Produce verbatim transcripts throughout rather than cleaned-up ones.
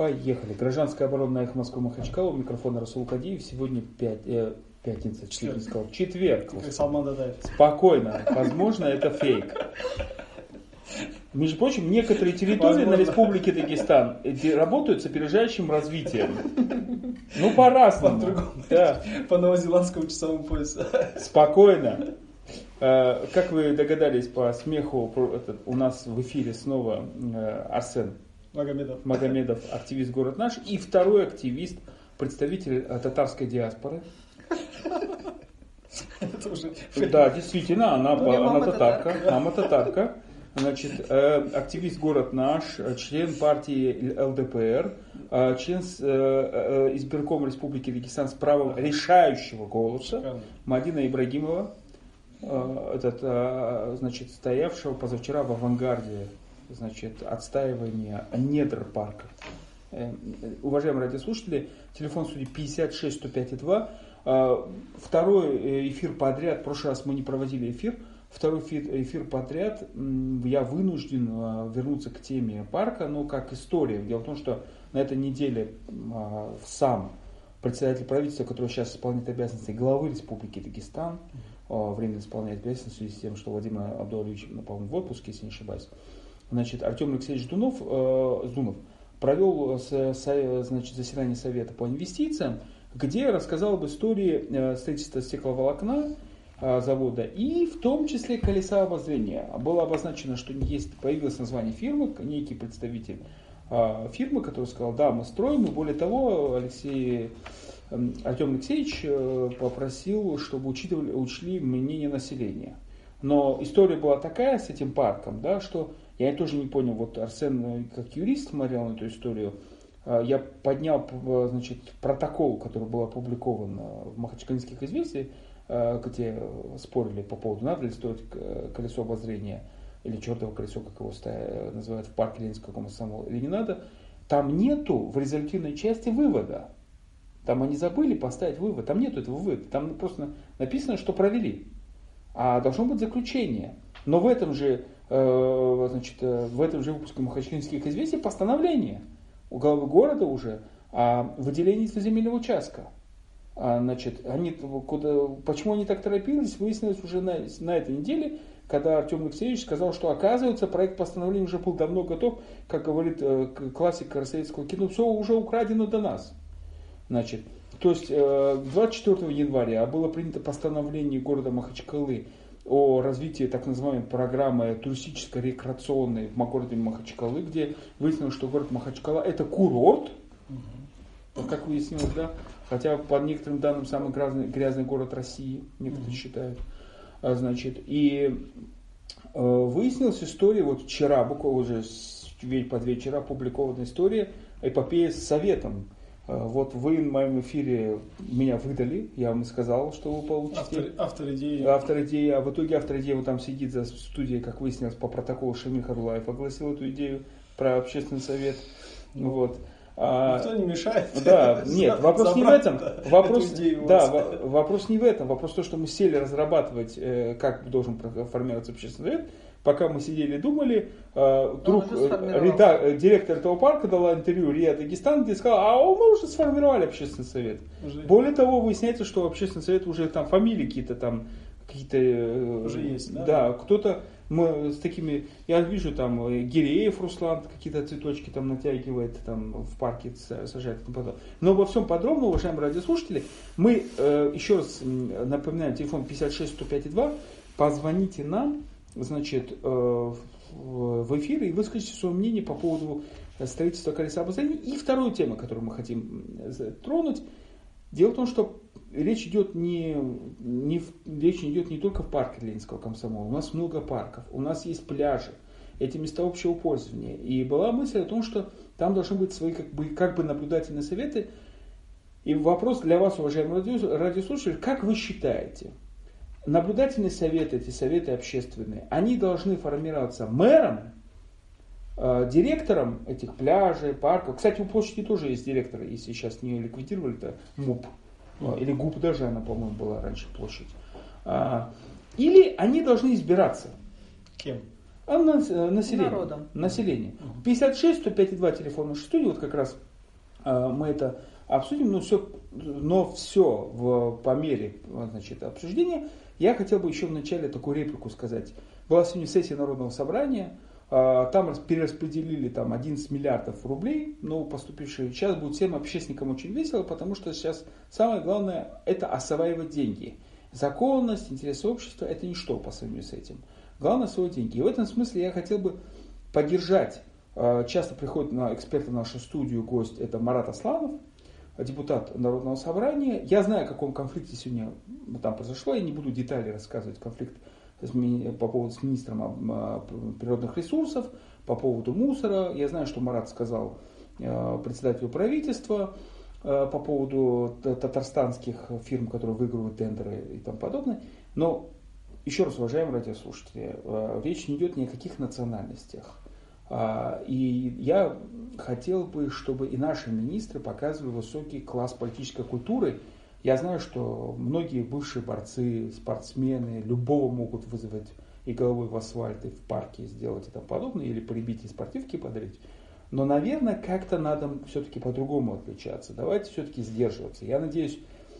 Поехали. Гражданская оборона на Эхо Москвы Махачкала. У микрофона Расул Кадиев. Сегодня пять, э, пятница, четверг. Сказал, четверг. Как Салман Дадаев. Спокойно. Возможно, это фейк. Между прочим, некоторые территории Возможно. на Республике Дагестан работают с опережающим развитием. Ну, по-разному. По, да. По новозеландскому часовому поясу. Спокойно. Как вы догадались по смеху, у нас в эфире снова Арсен Магомедов. Магомедов, активист «Город наш», и второй активист, представитель татарской диаспоры. Уже... Да, действительно, она, она татарка, мама татарка. Значит, активист «Город наш», член партии эл дэ пэ эр, член избиркома Республики Дагестан с правом решающего голоса, Мадина Ибрагимова, этот, значит, стоявшего позавчера в авангарде, значит, отстаивания недр парка. Уважаемые радиослушатели, телефон студии пятьдесят шесть сто пять и два. Второй эфир подряд, в прошлый раз мы не проводили эфир, второй эфир подряд я вынужден вернуться к теме парка, но как история. Дело в том, что на этой неделе сам председатель правительства, который сейчас исполняет обязанности главы Республики Дагестан, временно исполняет обязанности в связи с тем, что Владимир Абдулович, по-моему, в отпуске, если не ошибаюсь, значит, Артем Алексеевич Дунов, э, Дунов провел с, с, значит, заседание Совета по инвестициям, где рассказал об истории э, строительства стекловолокна э, завода и в том числе колеса обозрения. Было обозначено, что есть, появилось название фирмы, некий представитель э, фирмы, который сказал, да, мы строим, и более того, Алексей, э, Артем Алексеевич э, попросил, чтобы учитывали, учли мнение населения. Но история была такая с этим парком, да, что я тоже не понял, вот Арсен как юрист смотрел на эту историю, я поднял, значит, протокол, который был опубликован в Махачкалинских известиях, где спорили по поводу, надо ли строить колесо обозрения или чертово колесо, как его называют в парке Ленинского комсомола, или не надо. Там нету в резолютивной части вывода. Там они забыли поставить вывод, там нету этого вывода, там просто написано, что провели. А должно быть заключение. Но в этом же, э, значит, в этом же выпуске Махачкалинских известий постановление у главы города уже о выделении земельного участка. А, значит, они, куда, почему они так торопились, выяснилось уже на, на этой неделе, когда Артем Алексеевич сказал, что оказывается проект постановления уже был давно готов, как говорит э, классика российского кино, все уже украдено до нас. Значит, то есть двадцать четвёртого января было принято постановление города Махачкалы о развитии так называемой программы туристическо-рекреационной в городе Махачкалы, где выяснилось, что город Махачкала это курорт, угу. как выяснилось, да, хотя по некоторым данным самый грязный, грязный город России, некоторые угу. считают. Значит, и выяснилась история, вот вчера, буквально уже под вечера опубликована история, эпопея с Советом. Вот вы в моем эфире меня выдали, я вам сказал, что вы получите. Автор, автор идеи. Автор идеи, а в итоге автор идеи вот там сидит за студией, как выяснилось по протоколу, Шамиль Харлаев огласил эту идею про общественный совет. Ну, вот. Никто не мешает. Да, нет, вопрос не в этом. Вопрос, да, вопрос не в этом. Вопрос в том, что мы сели разрабатывать, как должен формироваться общественный совет. Пока мы сидели и думали, вдруг редак, директор этого парка дала интервью РИА Дагестан, где сказала, а мы уже сформировали общественный совет. Уже. Более того, выясняется, что общественный совет уже там фамилии какие-то там, какие-то... Уже есть, да? Да, кто-то, мы с такими, я вижу там Гиреев Руслан, какие-то цветочки там натягивает, там в парке сажает. Но во всем подробно, уважаемые радиослушатели, мы еще раз напоминаем, телефон пятьдесят шесть сто пять и два, позвоните нам, значит, в эфир и выскажите свое мнение по поводу строительства колеса обозрения. И вторую тему, которую мы хотим тронуть. Дело в том, что речь идет не, не, речь идет не только в парке Ленинского комсомола. У нас много парков, у нас есть пляжи, эти места общего пользования. И была мысль о том, что там должны быть свои как бы, как бы наблюдательные советы. И вопрос для вас, уважаемые радиослушатели, как вы считаете, наблюдательные советы, эти советы общественные, они должны формироваться мэром, э, директором этих пляжей, парков. Кстати, у площади тоже есть директор, если сейчас не ликвидировали, это МУП. Э, или ГУП даже, она, по-моему, была раньше площадь. А, или они должны избираться. Кем? А, на, население. Народом. Население. пятьдесят шесть сто пять и два телефон нашей студии, вот как раз мы это обсудим, но все, но все в, по мере, значит, обсуждения. Я хотел бы еще в начале такую реплику сказать. Была сегодня сессия Народного собрания, там перераспределили там, одиннадцать миллиардов рублей, но поступившие сейчас будет всем общественникам очень весело, потому что сейчас самое главное это осваивать деньги. Законность, интересы общества это ничто по сравнению с этим. Главное освоить деньги. И в этом смысле я хотел бы поддержать, часто приходит на эксперта в нашу студию гость, это Марат Асланов, депутат Народного собрания. Я знаю, о каком конфликте сегодня там произошло, я не буду детали рассказывать, конфликт по поводу с министром природных ресурсов, по поводу мусора. Я знаю, что Марат сказал председателю правительства по поводу татарстанских фирм, которые выигрывают тендеры и тому подобное. Но, еще раз, уважаемые радиослушатели, речь не идет ни о каких национальностях. И я хотел бы, чтобы и наши министры показывали высокий класс политической культуры. Я знаю, что многие бывшие борцы, спортсмены любого могут вызвать и головой в асфальт, и в парке сделать и тому подобное, или прибить и спортивки подарить. Но, наверное, как-то надо все-таки по-другому отличаться. Давайте все-таки сдерживаться. Я надеюсь,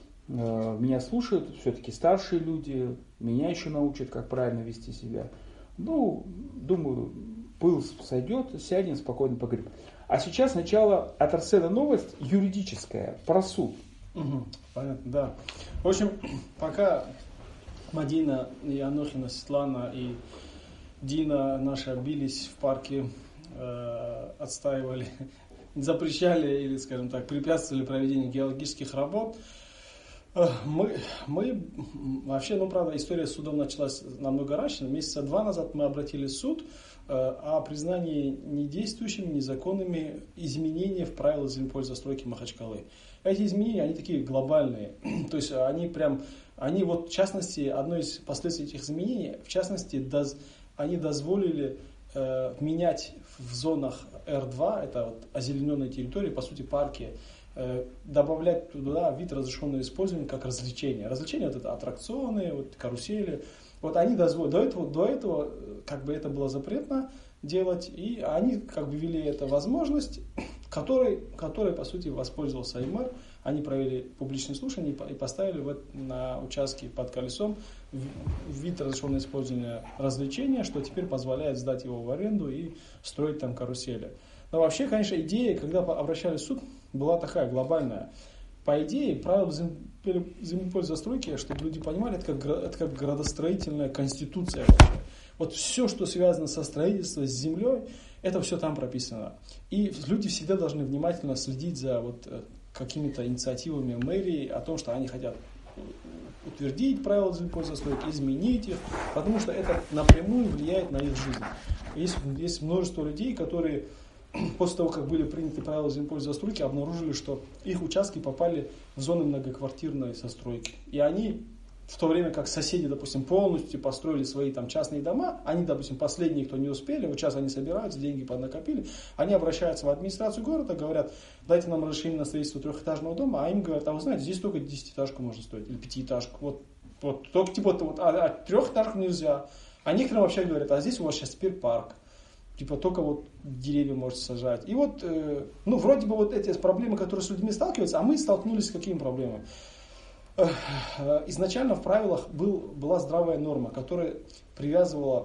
меня слушают все-таки старшие люди, меня еще научат, как правильно вести себя. Ну, думаю, пыл сойдет, сядем, спокойно поговорим. А сейчас сначала от Арсена новость юридическая, про суд. Угу, понятно, да. В общем, пока Мадина и Анохина, Светлана и Дина наши бились в парке, э, отстаивали, запрещали или, скажем так, препятствовали проведению геологических работ, э, мы, мы вообще, ну, правда, история с судом началась намного раньше. Месяца два назад мы обратились в суд о признании недействующими, незаконными изменения в правила землепользования застройки Махачкалы. Эти изменения, они такие глобальные. То есть они прям, они вот в частности, одно из последствий этих изменений, в частности, доз, они дозволили э, менять в зонах эр два, это вот озелененные территории, по сути парки, э, добавлять туда вид разрешенного использования как развлечения. Развлечения вот это аттракционы, вот, карусели. Вот они дозволили, до этого, до этого как бы это было запретно делать, и они как бы ввели эту возможность, которой, которой по сути воспользовался АИМР. Они провели публичные слушания и поставили вот на участке под колесом вид разрешенного использования развлечения, что теперь позволяет сдать его в аренду и строить там карусели. Но вообще, конечно, идея, когда обращались в суд, была такая глобальная. По идее, правила землепользования застройки, чтобы люди понимали, это как, это как градостроительная конституция. Вот все, что связано со строительством, с землей, это все там прописано. И люди всегда должны внимательно следить за вот какими-то инициативами мэрии о том, что они хотят утвердить правила землепользования застройки, изменить их, потому что это напрямую влияет на их жизнь. Есть, есть множество людей, которые после того, как были приняты правила землепользования застройки, обнаружили, что их участки попали в зоны многоквартирной застройки. И они, в то время как соседи, допустим, полностью построили свои там частные дома, они, допустим, последние, кто не успели, вот сейчас они собираются, деньги поднакопили, они обращаются в администрацию города, говорят, дайте нам разрешение на строительство трехэтажного дома, а им говорят, а вы знаете, здесь только десятиэтажку можно строить, или пятиэтажку, вот, вот только типа, вот, а, а трехэтажку нельзя. А некоторым вообще говорят, а здесь у вас сейчас теперь парк. Типа только вот деревья можете сажать. И вот, э, ну, вроде бы вот эти проблемы, которые с людьми сталкиваются, а мы столкнулись с какими проблемами? Э, э, изначально в правилах был, была здравая норма, которая привязывала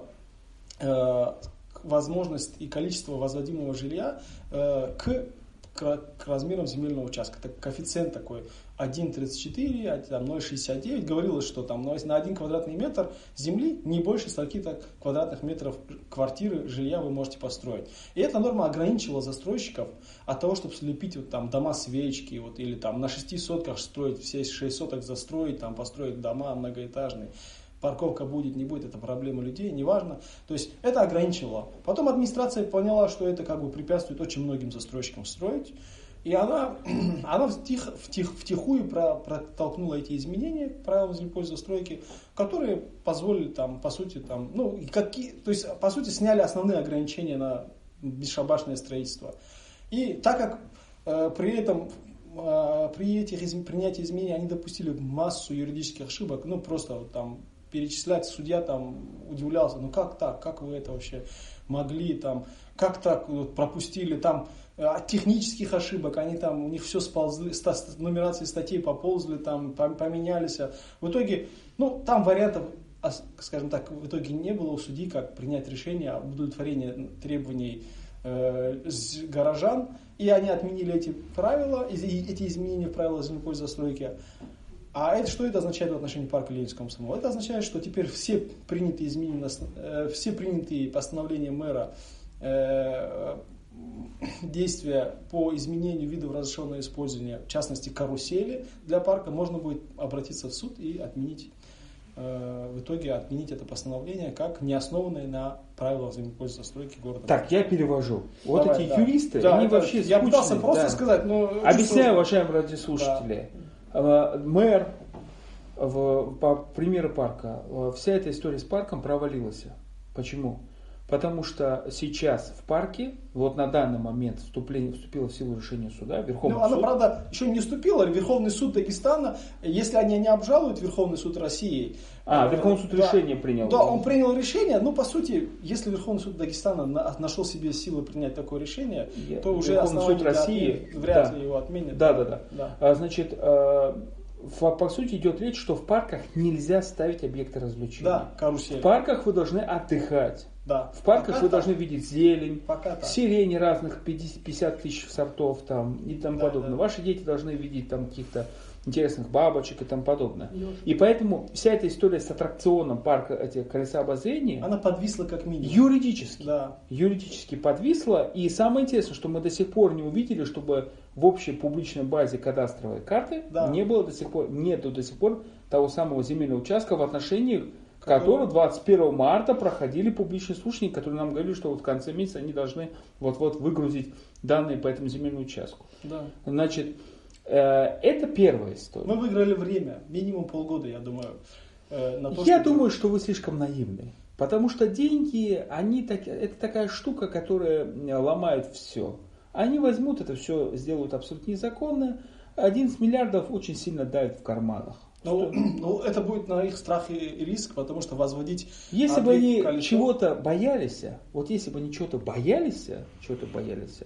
э, возможность и количество возводимого жилья э, к, к, к размерам земельного участка. Это коэффициент такой один целых тридцать четыре, ноль целых шестьдесят девять. Говорилось, что там на один квадратный метр земли не больше столько-то квадратных метров квартиры жилья вы можете построить. И эта норма ограничивала застройщиков от того, чтобы слепить вот, там, дома-свечки, вот, или там, на шести сотках строить, все шесть соток застроить, там, построить дома многоэтажные. Парковка будет, не будет, это проблема людей, неважно. То есть это ограничивало. Потом администрация поняла, что это как бы препятствует очень многим застройщикам строить. И она, она втих, втих, втихую про, протолкнула эти изменения к правилам землепользования застройки, которые позволили, там, по сути, там, ну, какие, то есть, по сути, сняли основные ограничения на бесшабашное строительство. И так как э, при этом, э, при этих из, принятии изменений они допустили массу юридических ошибок, ну, просто вот, там, перечислять, судья там удивлялся, ну как так, как вы это вообще могли там, как так вот, пропустили там от технических ошибок, они там, у них все сползли, нумерации статей поползли, там поменялись. В итоге, ну, там вариантов, скажем так, в итоге не было у судьи, как принять решение об удовлетворении требований э, горожан, и они отменили эти правила, эти изменения в правила землепользования застройки. А это, что это означает в отношении парка Ленинского комсомола? Это означает, что теперь все принятые изменения, э, все принятые постановления мэра, э, действия по изменению видов разрешенного использования, в частности карусели для парка, можно будет обратиться в суд и отменить, э, в итоге отменить это постановление как не основанное на правилах землепользования застройки города. Так, я перевожу. Вот Давай, эти да. юристы, Да, они это, вообще я скучные, пытался просто да. сказать, но... Объясняю, уважаемые радиослушатели. Да. Мэр, в, по примеру парка, вся эта история с парком провалилась. Почему? Потому что сейчас в парке, вот на данный момент вступление, вступило в силу решение суда, Верховный ну, суд. Она, правда, еще не вступила. Верховный суд Дагестана, если они не обжалуют Верховный суд России... А, э, Верховный суд да, решение принял. Да, он принял решение, но по сути, если Верховный суд Дагестана на, нашел себе силы принять такое решение, Я, то уже Верховный суд России отмен, вряд да. ли его отменят. Да, да, да. да. А, значит, э, по, по сути идет речь, что в парках нельзя ставить объекты развлечения. Да, карусель. В парках вы должны отдыхать. Да. В парках Пока вы так. должны видеть зелень, Пока сирени разных пятьдесят тысяч сортов там, и тому да, подобное. Да. Ваши дети должны видеть там каких-то интересных бабочек и тому подобное. И поэтому вся эта история с аттракционом парка этих колеса обозрения, она подвисла как минимум. Юридически. Да. Юридически подвисла. И самое интересное, что мы до сих пор не увидели, чтобы в общей публичной базе кадастровой карты да. не было до сих пор, нету до сих пор того самого земельного участка, в отношении которого двадцать первого марта проходили публичные слушания, которые нам говорили, что вот в конце месяца они должны вот-вот выгрузить данные по этому земельному участку. Да. Значит, это первая история. Мы выиграли время, минимум полгода, я думаю. На то, я чтобы... думаю, что вы слишком наивны. Потому что деньги, они так, это такая штука, которая ломает все. Они возьмут это все, сделают абсолютно незаконно. одиннадцать миллиардов очень сильно давит в карманах. Ну, ну, это будет на их страх и риск, потому что возводить... Если бы они колесо... чего-то боялись, вот если бы они чего-то боялись, чего-то боялись,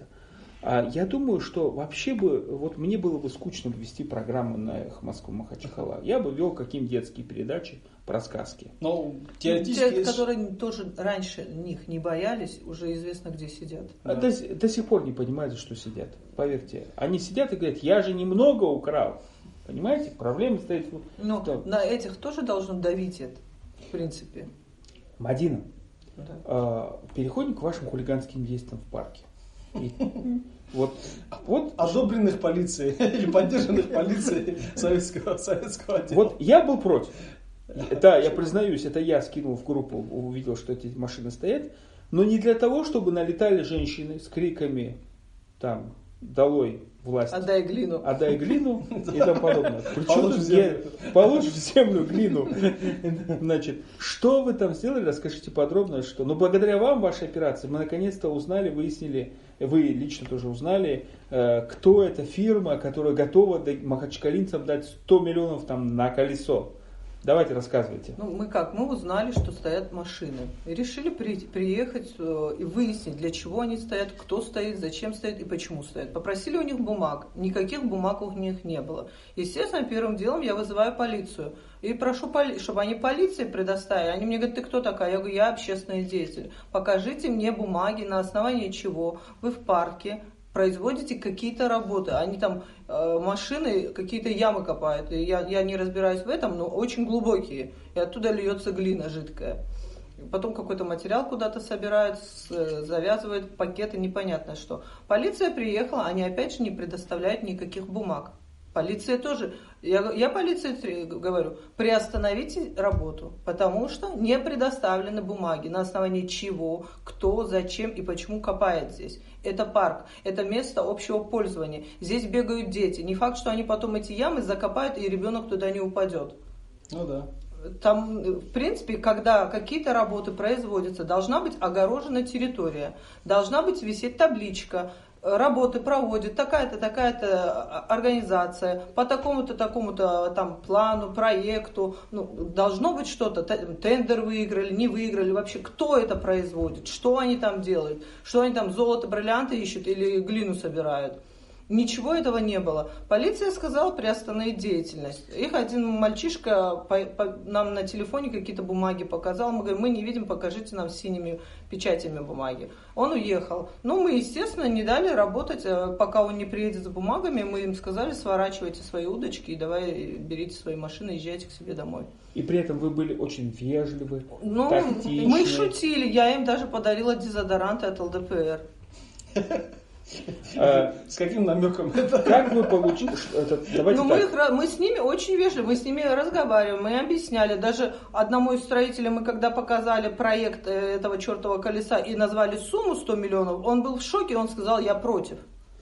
я думаю, что вообще бы, вот мне было бы скучно вести программу на Эхо Москвы Махачкала. Я бы вел какие-нибудь детские передачи про сказки. Ну, теоретически... Те, которые тоже раньше них не боялись, уже известно, где сидят. Да. До, до сих пор не понимают, что сидят. Поверьте. Они сидят и говорят, я же немного украл. Понимаете? Проблема стоит в Но том. На этих тоже должно давить это, в принципе. Мадина, Да. э, переходим к вашим хулиганским действиям в парке. И, вот, вот, Одобренных полицией или поддержанных полицией советского, советского отдела. вот я был против. Да, я признаюсь, это я скинул в группу, увидел, что эти машины стоят. Но не для того, чтобы налетали женщины с криками там «Долой власть! Отдай глину. Отдай глину» и тому подобное. Причем Положь тут в землю. я- положь в землю глину. Значит, что вы там сделали, расскажите подробно, что. Но благодаря вам, вашей операции, мы наконец-то узнали, выяснили, вы лично тоже узнали, э, кто эта фирма, которая готова дать- махачкалинцам дать сто миллионов там на колесо. Давайте рассказывайте. Ну, мы как? Мы узнали, что стоят машины. И решили при, приехать э, и выяснить, для чего они стоят, кто стоит, зачем стоит и почему стоят. Попросили у них бумаг. Никаких бумаг у них не было. Естественно, первым делом я вызываю полицию. И прошу, поли- чтобы они полиции предоставили. Они мне говорят, ты кто такая? Я говорю, я общественный деятель. Покажите мне бумаги, на основании чего вы в парке производите какие-то работы. Они там э, машины, какие-то ямы копают. И я, я не разбираюсь в этом, но очень глубокие. И оттуда льется глина жидкая. Потом какой-то материал куда-то собирают, с, завязывают пакеты, непонятно что. Полиция приехала, они опять же не предоставляют никаких бумаг. Полиция тоже. Я, я полиции говорю, приостановите работу, потому что не предоставлены бумаги, на основании чего, кто, зачем и почему копает здесь. Это парк, это место общего пользования. Здесь бегают дети. Не факт, что они потом эти ямы закопают и ребенок туда не упадет. Ну да. Там, в принципе, когда какие-то работы производятся, должна быть огорожена территория, должна быть висеть табличка. работы проводит такая-то, такая-то организация по такому-то, такому-то там плану, проекту. Ну, должно быть что-то, тендер выиграли, не выиграли, вообще кто это производит, что они там делают, что они там золото, бриллианты ищут или глину собирают. Ничего этого не было. Полиция сказала приостановить деятельность. Их один мальчишка по, по, нам на телефоне какие-то бумаги показал. Мы говорим, мы не видим, покажите нам синими печатями бумаги. Он уехал. Ну, мы, естественно, не дали работать, пока он не приедет с бумагами. Мы им сказали, сворачивайте свои удочки и давай берите свои машины, езжайте к себе домой. И при этом вы были очень вежливы, ну, тактичны. Мы шутили. Я им даже подарила дезодоранты от эл дэ пэ эр. А, с каким намеком это? Как вы получили? Ну, мы, их, мы с ними очень вежливы, мы с ними разговариваем, мы объясняли. Даже одному из строителей мы когда показали проект этого чертового колеса и назвали сумму сто миллионов, он был в шоке, он сказал, я против.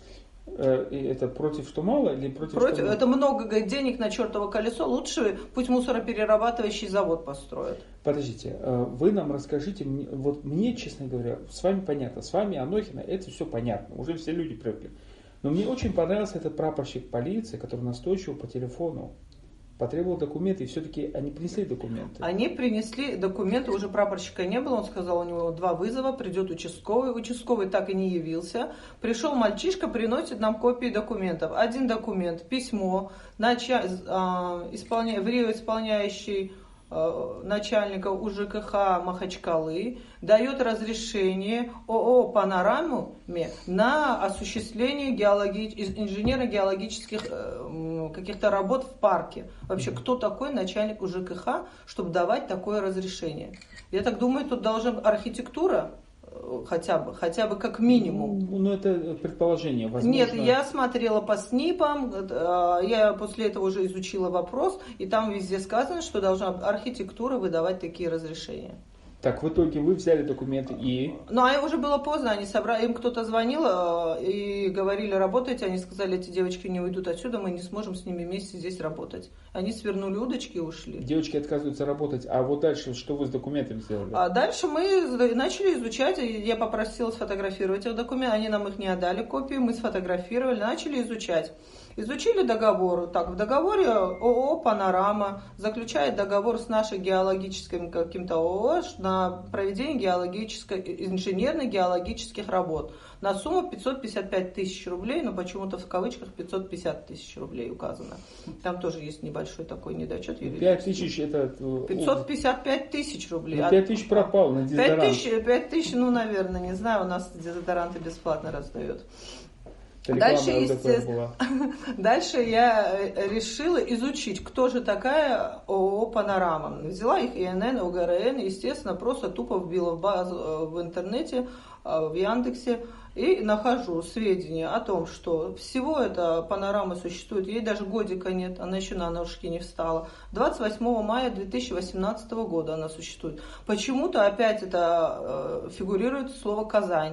И это против что мало или против, против что много? Это много, говорит, денег на чертово колесо, лучше пусть мусороперерабатывающий завод построят. Подождите, вы нам расскажите, вот мне, честно говоря, с вами понятно, с вами Анохина, это все понятно, уже все люди привыкли. Но мне очень понравился этот прапорщик полиции, который настойчиво по телефону потребовал документы, и все-таки они принесли документы. Они принесли документы, уже прапорщика не было, он сказал, у него два вызова, придет участковый. Участковый так и не явился. Пришел мальчишка, приносит нам копии документов. Один документ, письмо, нача... исполня... в Рио исполняющий начальника у жэ ка ха Махачкалы дает разрешение ООО «Панораме» на осуществление геологи... инженерно-геологических э, каких-то работ в парке. Вообще, кто такой начальник у жэ ка ха, чтобы давать такое разрешение? Я так думаю, тут должна архитектура хотя бы, хотя бы как минимум. Ну, это предположение, возможно. Нет, я смотрела по снипам, я после этого уже изучила вопрос, и там везде сказано, что должна архитектура выдавать такие разрешения. Так, в итоге вы взяли документы и... Ну, а уже было поздно, они собрали, им кто-то звонил и говорили, работайте, они сказали, эти девочки не уйдут отсюда, мы не сможем с ними вместе здесь работать. Они свернули удочки и ушли. Девочки отказываются работать, а вот дальше что вы с документами сделали? А дальше мы начали изучать, я попросила сфотографировать их документы, они нам их не отдали копии, мы сфотографировали, начали изучать. Изучили договор. Так, в договоре ООО «Панорама» заключает договор с нашей геологическим каким-то ООО на проведение геологической, инженерно-геологических работ на сумму пятьсот пятьдесят пять тысяч рублей, но почему-то в кавычках пятьсот пятьдесят тысяч рублей указано. Там тоже есть небольшой такой недочет. пять тысяч это... пятьсот пятьдесят пять тысяч рублей. пять тысяч пропал на дезодорант. пять тысяч, ну, наверное, не знаю, у нас дезодоранты бесплатно раздают. Дальше, естественно, дальше я решила изучить, кто же такая ООО «Панорама». Взяла их ИНН, ОГРН, естественно, просто тупо вбила в базу в интернете, в Яндексе, и нахожу сведения о том, что всего эта «Панорама» существует, ей даже годика нет, она еще на ножки не встала. двадцать восьмого мая две тысячи восемнадцатого года она существует. Почему-то опять это фигурирует слово «Казань».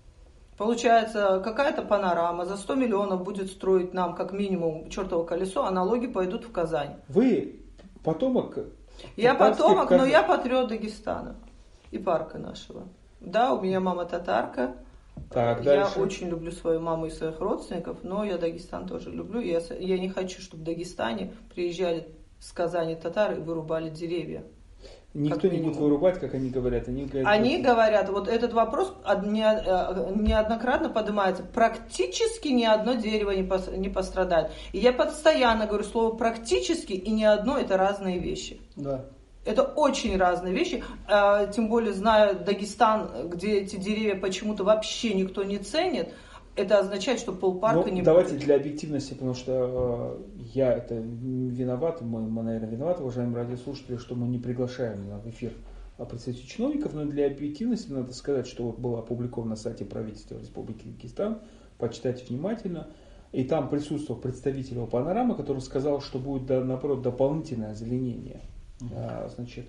Получается, какая-то «Панорама» за сто миллионов будет строить нам как минимум чертово колесо, а налоги пойдут в Казань. Вы потомок? Я потомок, но я патриот Дагестана и парка нашего. Да, у меня мама татарка. Так, я дальше. очень люблю свою маму и своих родственников, но я Дагестан тоже люблю. Я, я не хочу, чтобы в Дагестане приезжали с Казани татары и вырубали деревья. Никто не будет вырубать, как они говорят. Они говорят, они говорят, вот этот вопрос неоднократно поднимается. Практически ни одно дерево не пострадает. И я постоянно говорю слово «практически» и «ни одно» — это разные вещи. Да. Это очень разные вещи. Тем более, зная Дагестан, где эти деревья почему-то вообще никто не ценит, это означает, что полпарка ну, не давайте будет. Для объективности, потому что э, я это виноват, мы, мы, наверное, виноваты, уважаемые радиослушатели, что мы не приглашаем в эфир представителей чиновников, но для объективности надо сказать, что вот было опубликовано на сайте правительства Республики Дагестан, почитайте внимательно, и там присутствовал представитель «Панорамы», который сказал, что будет, наоборот, дополнительное озеленение. Mm-hmm. а, значит,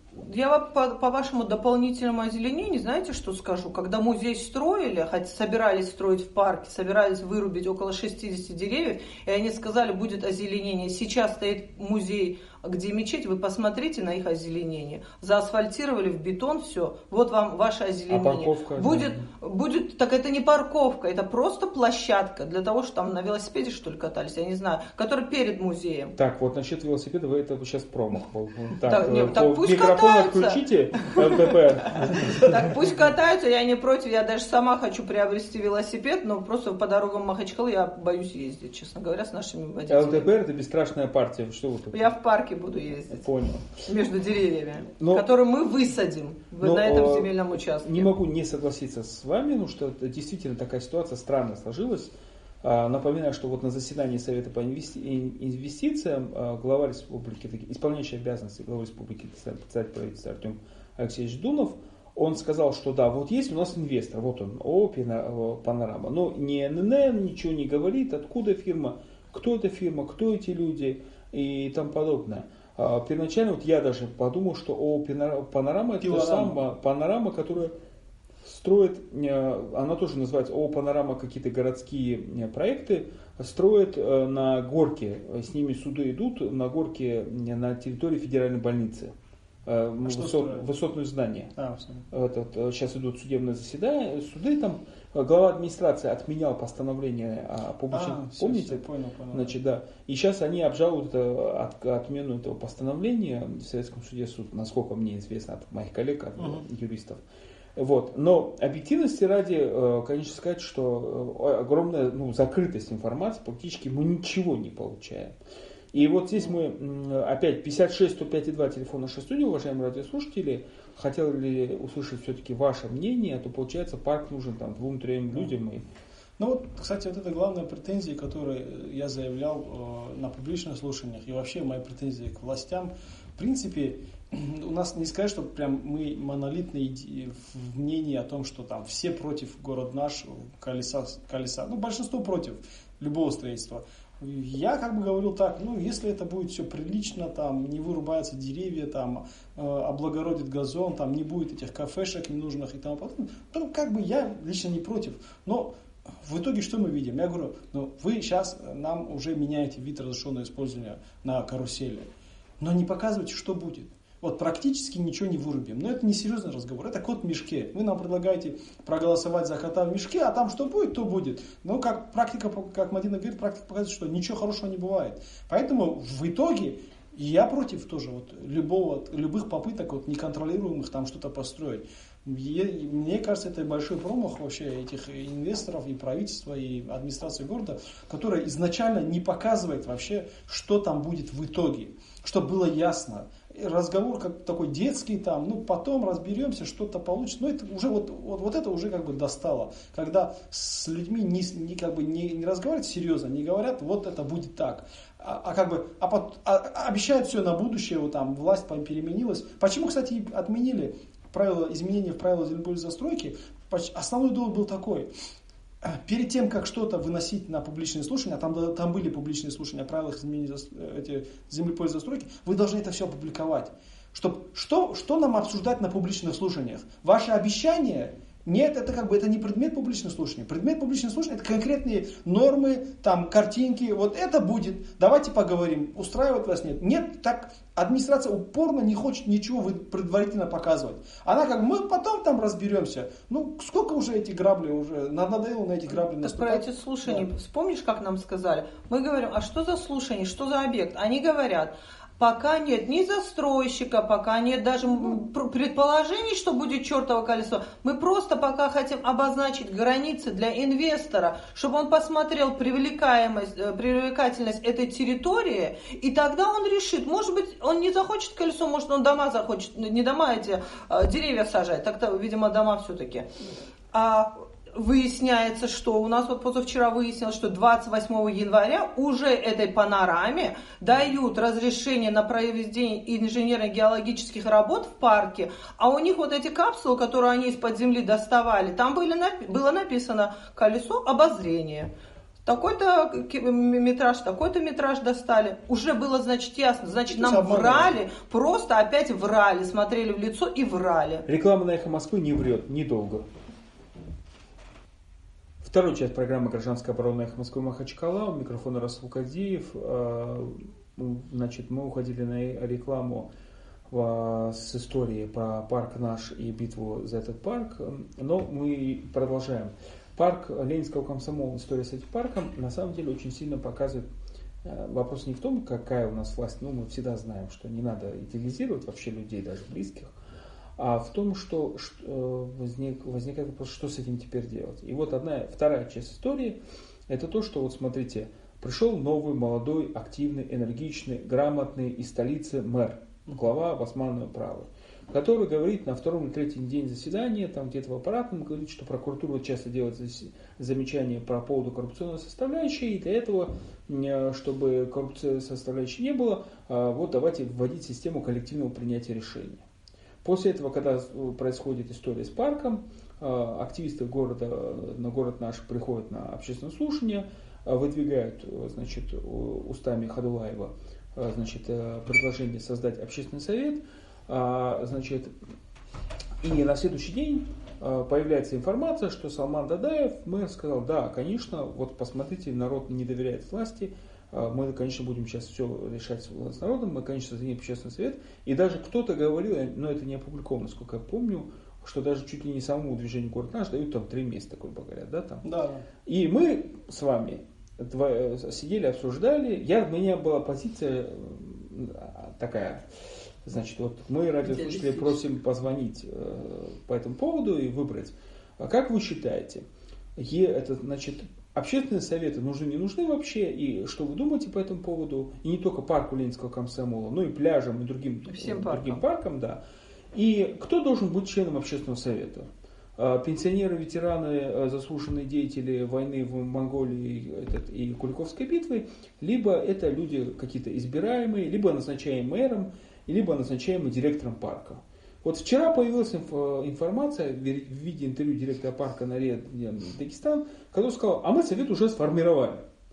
Я по, по вашему дополнительному озеленению, знаете, что скажу? Когда музей строили, хотя собирались строить в парке, собирались вырубить около шестьдесят деревьев, и они сказали, будет озеленение. Сейчас стоит музей где мечеть, вы посмотрите на их озеленение. Заасфальтировали в бетон все, вот вам ваше озеленение. А парковка? Будет, Да. будет, так это не парковка, это просто площадка для того, что там на велосипеде что ли катались, я не знаю, которая перед музеем. Так, вот насчет велосипеда, вы это сейчас промах был. Так, Так, нет, так пусть микрофон катаются. отключите, ЛТП. Так пусть катаются, я не против, я даже сама хочу приобрести велосипед, но просто по дорогам Махачкалы я боюсь ездить, честно говоря, с нашими водителями. ЛДПР это бесстрашная партия. Что вы тут? Я в парке буду ездить. Понял. Между деревьями, Но, которые мы высадим но, на этом земельном участке. Не могу не согласиться с вами, ну что действительно такая ситуация странно сложилась. Напоминаю, что вот на заседании Совета по инвестициям глава республики, исполняющий обязанности главы республики, председатель правительства Артем Алексеевич Дунов, он сказал, что да, вот есть у нас инвестор, вот он, ООО «Панорама». Но не эн эн эн, ничего не говорит, откуда фирма, кто эта фирма, кто эти люди и тому подобное. Первоначально вот я даже подумал, что ООО «Панорама» это та самая «Панорама», которая строит, она тоже называется ООО «Панорама», какие-то городские проекты, строит на горке, с ними суды идут на горке на территории федеральной больницы. А Высот, высотное здание. А, Этот, сейчас идут судебные заседания, суды там. Глава администрации отменял постановление о публичном, а, помните? Все, все, понял, понял. Значит, да. И сейчас они обжалуют это, от, отмену этого постановления в Советском суде суд, насколько мне известно от моих коллег, от uh-huh. юристов. Вот. Но объективности ради, конечно, сказать, что огромная ну, закрытость информации, практически мы ничего не получаем. И вот здесь мы опять пятьдесят шесть сто пять и два телефон нашей студии, уважаемые радиослушатели, хотели услышать все-таки ваше мнение, а то получается парк нужен там двум-трем людям. И... Ну вот, кстати, вот это главная претензия, которую я заявлял э, на публичных слушаниях и вообще мои претензии к властям. В принципе, у нас не сказать, что прям мы монолитные в мнении о том, что там все против город наш, колеса, колеса. Ну, большинство против любого строительства. Я как бы говорил так, ну если это будет все прилично, там не вырубаются деревья, там э, облагородит газон, там не будет этих кафешек ненужных и тому подобное, то как бы я лично не против. Но в итоге что мы видим? Я говорю, ну вы сейчас нам уже меняете вид разрешенного использования на карусели, но не показывайте, что будет. Вот практически ничего не вырубим. Но это не серьезный разговор, это кот в мешке. Вы нам предлагаете проголосовать за кота в мешке, а там что будет, то будет. Но как практика, как Мадина говорит, практика показывает, что ничего хорошего не бывает. Поэтому в итоге я против тоже вот любого, любых попыток вот неконтролируемых там что-то построить. Мне кажется, это большой промах вообще этих инвесторов и правительства, и администрации города, которая изначально не показывает вообще, что там будет в итоге, чтобы было ясно. Разговор как такой детский там, ну потом разберемся, что-то получится. Но это уже вот, вот, вот это уже как бы достало. Когда с людьми не, не, как бы не, не разговаривают серьезно, не говорят, вот это будет так. А, а как бы а, а, обещают все на будущее, вот там власть переменилась. Почему, кстати, отменили правила, изменения в правила землепользования застройки? Основной довод был такой. Перед тем, как что-то выносить на публичные слушания, а там, там были публичные слушания о правилах изменения землепользования застройки, вы должны это все опубликовать. Чтоб, что, что нам обсуждать на публичных слушаниях? Ваши обещания? Нет, это как бы это не предмет публичных слушаний. Предмет публичных слушаний это конкретные нормы, там, картинки. Вот это будет. Давайте поговорим. Устраивает вас нет? Нет, так администрация упорно не хочет ничего предварительно показывать. Она как, мы потом там разберемся. Ну, сколько уже эти грабли уже, надоело на эти грабли так наступать. Про эти слушания, да. Вспомнишь, как нам сказали? Мы говорим, а что за слушание, что за объект? Они говорят, пока нет ни застройщика, пока нет даже предположений, что будет чертово колесо. Мы просто пока хотим обозначить границы для инвестора, чтобы он посмотрел привлекаемость, привлекательность этой территории, и тогда он решит, может быть, он не захочет колесо, может, он дома захочет, не дома эти, деревья сажать, так-то, видимо, дома все-таки. А выясняется, что у нас вот позавчера выяснилось, что двадцать восьмого января уже этой панораме дают разрешение на проведение инженерно-геологических работ в парке, а у них вот эти капсулы, которые они из-под земли доставали, там были, было написано «колесо обозрения». Такой-то метраж, такой-то метраж достали. Уже было, значит, ясно. Значит, нам врали, просто опять врали, смотрели в лицо и врали. Реклама на Эхо Москвы не врет, недолго. Вторую часть программы «Гражданская оборона» Эхо Москвы Махачкала. У микрофона Расул Кадиев. значит, мы уходили на рекламу с историей про парк наш и битву за этот парк, но мы продолжаем. Парк Ленинского комсомола, история с этим парком, на самом деле очень сильно показывает, вопрос не в том, какая у нас власть, ну мы всегда знаем, что не надо идеализировать вообще людей, даже близких, а в том, что возник, возникает вопрос, что с этим теперь делать. И вот одна, вторая часть истории, это то, что вот смотрите, пришел новый, молодой, активный, энергичный, грамотный из столицы мэр, глава Басманного права, который говорит на втором или третьем день заседания, там где-то в аппаратном, говорит, что прокуратура часто делает замечания по поводу коррупционной составляющей, и для этого, чтобы коррупционной составляющей не было, вот давайте вводить систему коллективного принятия решений. После этого, когда происходит история с парком, активисты города, на город наш приходят на общественное слушание, выдвигают, значит, устами Хадулаева, значит, предложение создать общественный совет, значит, и на следующий день появляется информация, что Салман Дадаев, мэр, сказал, да, конечно, вот посмотрите, народ не доверяет власти, мы, конечно, будем сейчас все решать с народом, мы, конечно, создадим общественный совет, и даже кто-то говорил, но это не опубликовано, насколько я помню, что даже чуть ли не самому движению «Город наш» дают там три месяца, грубо говоря, да, там. Да. И мы с вами сидели, обсуждали, я, у меня была позиция такая, значит, вот мы радиослушатели просим позвонить по этому поводу и выбрать. Как вы считаете, это, значит, общественные советы нужны, не нужны вообще, и что вы думаете по этому поводу, и не только парку Ленинского комсомола, но и пляжам, и другим, Всем другим паркам, да. И кто должен быть членом общественного совета? Пенсионеры, ветераны, заслуженные деятели войны в Монголии этот, и Куликовской битвы, либо это люди какие-то избираемые, либо назначаемые мэром, либо назначаемые директором парка. Вот вчера появилась информация в виде интервью директора парка Наре Дагестан, который сказал, а мы совет уже сформировали.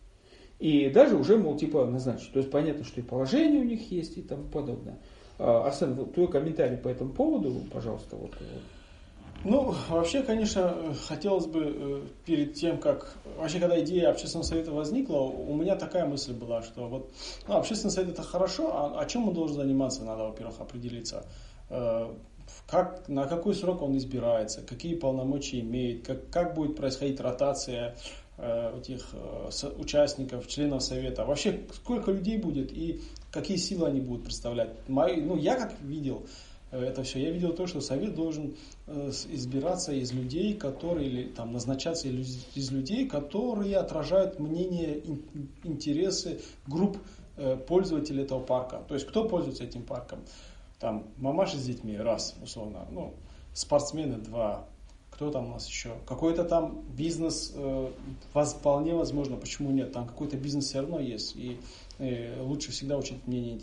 И даже уже, мол, типа назначить. То есть понятно, что и положение у них есть и тому подобное. Арсен, твой комментарий по этому поводу, пожалуйста. Вот. Ну, вообще, конечно, хотелось бы перед тем, как... Вообще, когда идея общественного совета возникла, у меня такая мысль была, что вот ну, общественный совет это хорошо, а, а чем он должен заниматься, надо, во-первых, определиться. Как, на какой срок он избирается, какие полномочия имеет, как, как будет происходить ротация э, этих э, со, участников, членов совета, вообще сколько людей будет и какие силы они будут представлять. Мои, ну, я как видел э, это все, я видел то, что совет должен э, избираться из людей, которые, или там назначаться из, из людей, которые отражают мнение, ин, интересы групп э, пользователей этого парка. То есть кто пользуется этим парком? Там мамаши с детьми, раз, условно, ну, спортсмены, два, кто там у нас еще, какой-то там бизнес, э, вполне возможно, почему нет, там какой-то бизнес все равно есть, и э, лучше всегда учить мнение,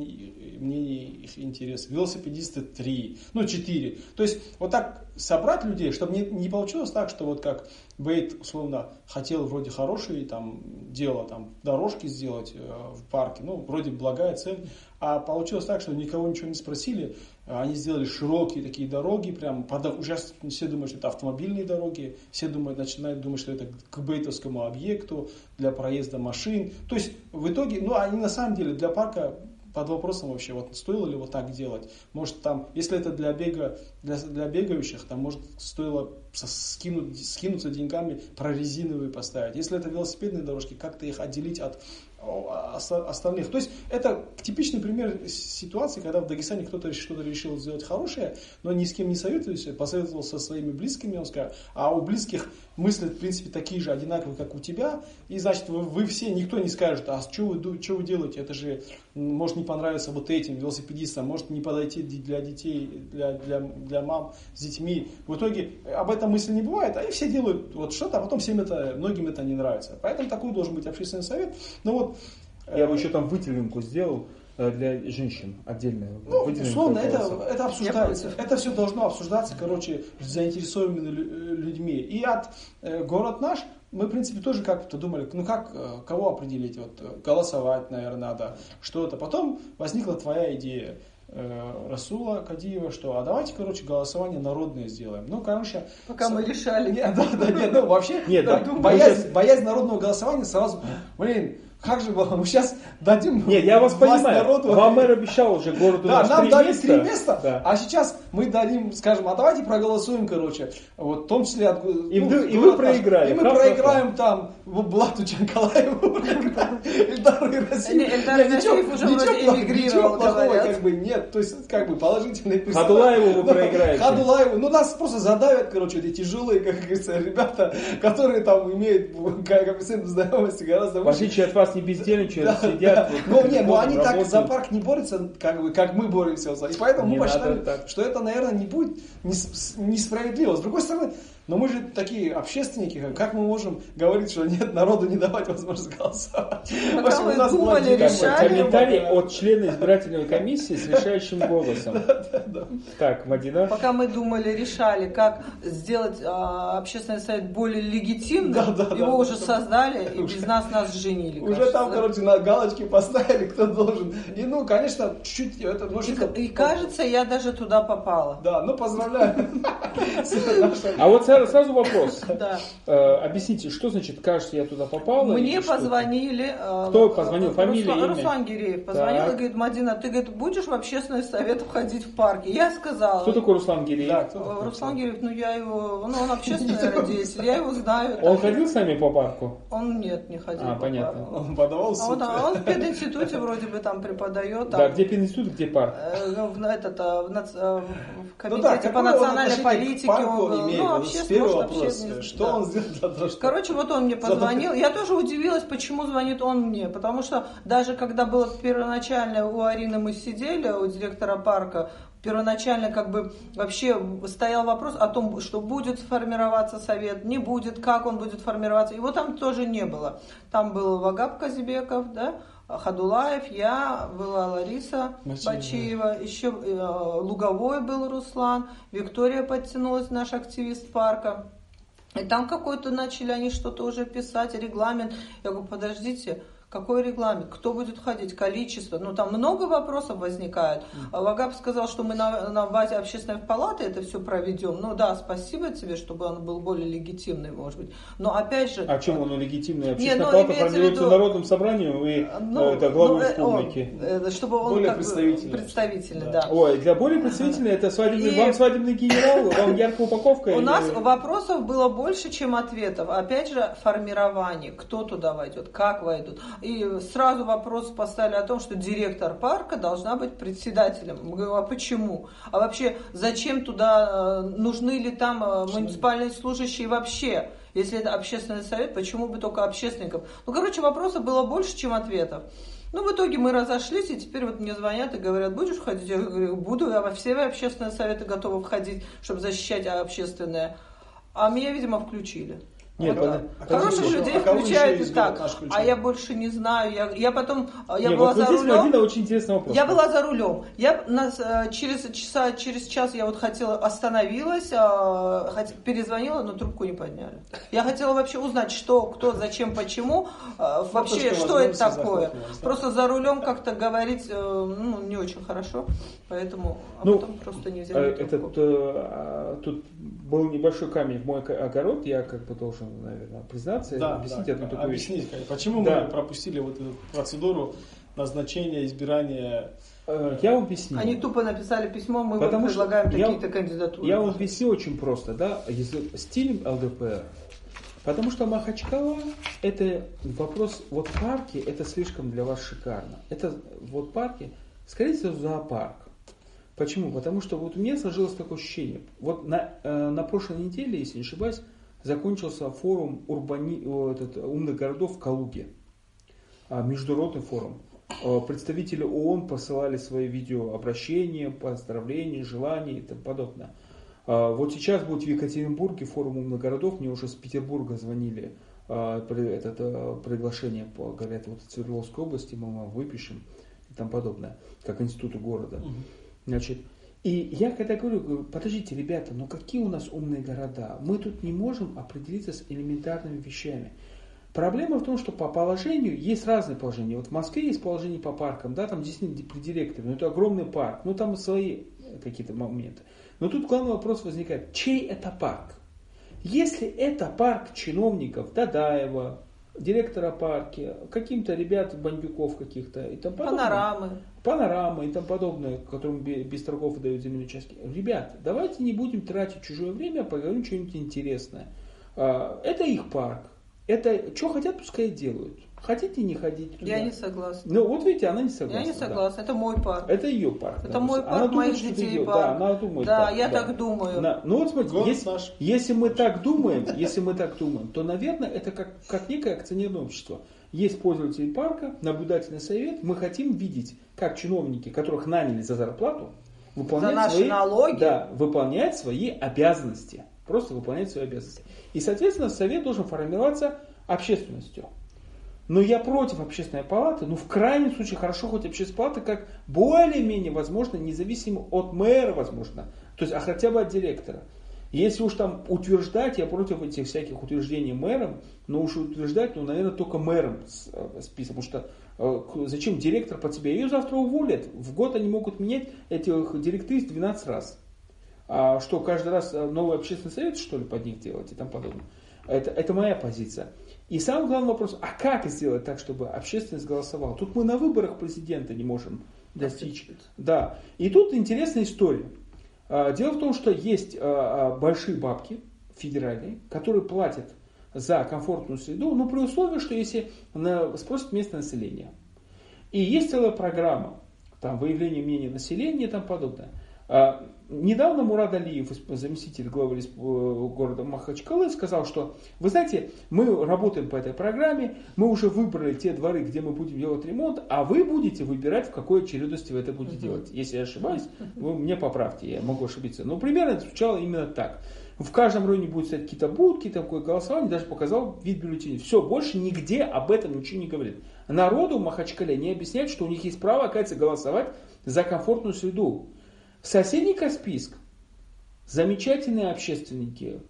мнение их интересов. Велосипедисты три, ну, четыре, то есть вот так собрать людей, чтобы не, не получилось так, что вот как Бейт, условно, хотел вроде хорошее там, дело, там, дорожки сделать э, в парке, ну, вроде благая цель, а получилось так, что никого ничего не спросили, они сделали широкие такие дороги, прям, уже все думают, что это автомобильные дороги, все думают, начинают думать, что это к бейтовскому объекту, для проезда машин, то есть в итоге, ну, они на самом деле для парка под вопросом вообще, вот стоило ли вот так делать, может там, если это для бега, для, для бегающих, там может стоило скинуть, скинуться деньгами, прорезиновые поставить, если это велосипедные дорожки, как-то их отделить от остальных. То есть это типичный пример ситуации, когда в Дагестане кто-то что-то решил сделать хорошее, но ни с кем не советуется, посоветовался со своими близкими, он сказал, а у близких мысли в принципе такие же, одинаковые, как у тебя, и значит вы, вы все, никто не скажет, а что вы, что вы делаете, это же может не понравиться вот этим велосипедистам, может не подойти для детей, для, для, для мам с детьми. В итоге об этом мысли не бывает, а они все делают вот что-то, а потом всем это, многим это не нравится. Поэтому такой должен быть общественный совет. Но вот я бы еще там выделенку сделал для женщин отдельную. Ну, условно, это, это обсуждается. Это все должно обсуждаться, короче, с заинтересованными людьми. И от э, город наш мы, в принципе, тоже как-то думали, ну как, э, кого определить, вот, голосовать, наверное, надо, что-то. Потом возникла твоя идея. Расула Кадиева, что а давайте, короче, голосование народное сделаем. Ну, короче... Пока с... мы решали. Нет, да, да, нет, ну, вообще, нет, да, да, боязнь, боязнь народного голосования сразу, блин, как же было, мы сейчас дадим Нет, я вас власть понимаю, народу. вам мэр обещал уже городу Да, наш нам три дали места. три места, Да. а сейчас мы дадим, скажем, а давайте проголосуем, короче, вот в том числе от, И, ну, вы, и вы проиграли. И мы Правда? проиграем там Булату Чанкалаеву, Эльдару Россию. Эльдар Расиев уже вроде эмигрировал, плохого говорят. как бы нет, то есть как бы положительные персонажи. Хадулаеву вы проиграете. Хадулаеву, ну нас просто задавят, короче, эти тяжелые, как говорится, ребята, которые там имеют коэффициент вызываемости гораздо В выше. отличие от вас не бездельничают, Да, сидят. да. Вот, Ну, не, ну они так работают. за парк не борются, как, бы, как мы боремся. И поэтому Не мы посчитали, надо так. что это, наверное, не будет нес- несправедливо. С другой стороны, но мы же такие общественники, как мы можем говорить, что нет, народу не давать возможность голосовать? Пока В общем, вы у нас была думали, дилемма. решали. Комментарий от члена избирательной комиссии с решающим голосом. Так, Мадина. Пока мы думали, решали, как сделать а, общественный совет более легитимным, Да, да, его да, уже да. создали и без нас нас женили. Уже кажется. там, короче, на галочке поставили, кто должен. И, ну, конечно, чуть-чуть это... Ну, И, что- и кажется, я даже туда попала. Да, ну, поздравляю. С нашим- А вот сразу, сразу вопрос. Да. Э, объясните, что значит, кажется, я туда попала? Мне или что? позвонили. э, Кто позвонил? Фамилия, Руслан, имя? Руслан Гиреев позвонил Так. и говорит: Мадина, ты, говорит, будешь в общественный совет входить в парке? Я сказала. Кто такой Руслан Гиреев? Да, э, кто? Руслан Гиреев, ну я его, ну он общественный деятель, я его знаю. Он так. ходил с нами по парку? Он нет, не ходил. А, по понятно. парку. Он подавал в А вот, суд. а он в пединституте вроде бы там преподает. Да, Там, где пединститут, где парк? э, ну, в, этот, э, в, нац- э, в комитете Ну да, по какое он национальной отношение к политике. парку он был. имеет? Ну, Вот вообще, с первого может, вообще вопроса. не- Что да. он сделал для того, что... Короче, вот он мне позвонил. Я тоже удивилась, почему звонит он мне. Потому что даже когда было первоначально у Арины мы сидели, у директора парка, первоначально как бы вообще стоял вопрос о том, что будет формироваться совет, не будет, как он будет формироваться. Его там тоже не было. Там был Вагап Казибеков, да, Хадулаев, я, была Лариса Бачиева. Бачиева, еще э, Луговой был Руслан, Виктория подтянулась, наш активист парка. И там какой-то начали они что-то уже писать, регламент. Я говорю, подождите, какой регламент? Кто будет ходить? Количество? Ну, там много вопросов возникает. А Вагап сказал, что мы на, на базе общественной палаты это все проведем. Ну да, спасибо тебе, чтобы он был более легитимный, может быть. Но опять же... А чем он легитимный? Не, Общественная ну, палата имеется в формируется виду- народным собранием и ну, э, это, главой ну, э, республики. он, э, чтобы он Более как бы представительный. представительный, Да. да. Ой, для более представительной это свадебный, И- вам свадебный генерал, вам яркая упаковка? У или- нас вопросов было больше, чем ответов. Опять же, формирование, кто туда войдет, как войдут. И сразу вопрос поставили о том, что директор парка должна быть председателем. Мы говорим, а почему? А вообще, зачем туда, э, нужны ли там э, муниципальные служащие вообще? Если это общественный совет, почему бы только общественников? Ну, короче, вопросов было больше, чем ответов. Ну, в итоге мы разошлись, и теперь вот мне звонят и говорят, будешь входить? Я говорю, буду, я во все общественные советы готова входить, чтобы защищать общественное. А меня, видимо, включили. Нет, Вот под- так. подождите, Хороших еще- людей а кого включают еще и из так. города включают? А я больше не знаю. Я, я потом, я Не, была вот за здесь, рулем. Мадина, очень интересный вопрос. Я была за рулем. Я нас, э, через, часа, через час я вот хотела, остановилась, э, хот- перезвонила, но трубку не подняли. Я хотела вообще узнать, что, кто, зачем, почему, э, вообще, Фоточка что это возможности такое. захлопнулась, да? Просто за рулем как-то говорить э, ну, не очень хорошо, поэтому а Ну, потом просто не Э, взяли трубку. Этот, э, тут был небольшой камень в мой ко- огород, я как бы должен, наверное, признаться, Да, объяснить да, одну такую вещь. объяснить, как- почему Да. мы пропустили вот эту процедуру назначения, избирания. Э, Я вам объясню. Они тупо написали письмо, мы Потому вам что предлагаем я- такие-то кандидатуры. Я вам объясню очень просто, да, язы- стилем ЛДПР. Потому что Махачкала это вопрос, вот парки это слишком для вас шикарно. Это вот парки, скорее всего, зоопарк. Почему? Потому что вот у меня сложилось такое ощущение. Вот на, э, на прошлой неделе, если не ошибаюсь, закончился форум урбани... о, этот, умных городов в Калуге. А, международный форум. Э, Представители ООН посылали свои видеообращения, поздравления, желания и тому подобное. А, Вот сейчас будет в Екатеринбурге форум умных городов. Мне уже с Петербурга звонили а, при- этот, а, приглашение, по, говорят, вот в Свердловской области мы вам выпишем и тому подобное, как институту города. Значит, и я когда говорю, говорю, подождите, ребята, ну какие у нас умные города? Мы тут не можем определиться с элементарными вещами. Проблема в том, что по положению есть разные положения. Вот в Москве есть положение по паркам, да, там действительно при директоре, но это огромный парк, ну там свои какие-то моменты. Но тут главный вопрос возникает, чей это парк? Если это парк чиновников Дадаева, директора парки, каким-то ребят, бандюков каких-то и тому подобное. Панорамы. Панорамы и тому подобное, которым без торгов дают земельные участки. Ребят, давайте не будем тратить чужое время, поговорим что-нибудь интересное. Это их парк. Это что хотят, пускай делают. Хотите не ходить туда. Я не согласна. Ну вот видите, она не согласна. Я не согласна. Да. Это мой парк. Это ее парк. Это да. мой Она парк, думает, моих детей ее, парк. Да, она думает да так, я да. так думаю. Да. Ну вот смотрите, если, наш. если мы так думаем, если мы так думаем, то, наверное, это как, как некое акционерное общество. Есть пользователи парка, наблюдательный совет. Мы хотим видеть, как чиновники, которых наняли за зарплату, выполняют за наши свои, налоги. Да, выполняют свои обязанности. Просто выполняют свои обязанности. И, соответственно, совет должен формироваться общественностью. Но я против общественной палаты, ну в крайнем случае хорошо хоть общественная палата как более-менее, возможно, независимо от мэра, возможно, то есть, а хотя бы от директора. Если уж там утверждать, я против этих всяких утверждений мэром, но уж утверждать, ну, наверное, только мэром список, потому что э, зачем директор под себя? Ее завтра уволят, в год они могут менять этих директрис двенадцать раз. А что, каждый раз новый общественный совет, что ли, под них делать и тому подобное? Это, это моя позиция. И самый главный вопрос, а как сделать так, чтобы общественность голосовала? Тут мы на выборах президента не можем достичь. Да. И тут интересная история. Дело в том, что есть большие бабки федеральные, которые платят за комфортную среду, но при условии, что если спросит местное население. И есть целая программа, там, выявление мнения населения и тому подобное. Недавно Мурад Алиев, заместитель главы города Махачкалы, сказал, что, вы знаете, мы работаем по этой программе, мы уже выбрали те дворы, где мы будем делать ремонт, а вы будете выбирать, в какой очередности вы это будете uh-huh. делать. Если я ошибаюсь, вы мне поправьте, я могу ошибиться. Но примерно это звучало именно так. В каждом районе будут стоять какие-то будки, такое голосование, даже показал вид бюллетеней. Все, больше нигде об этом ничего не говорит. Народу в Махачкале не объясняют, что у них есть право, оказывается, голосовать за комфортную среду. Соседний Каспийск, замечательные общественники,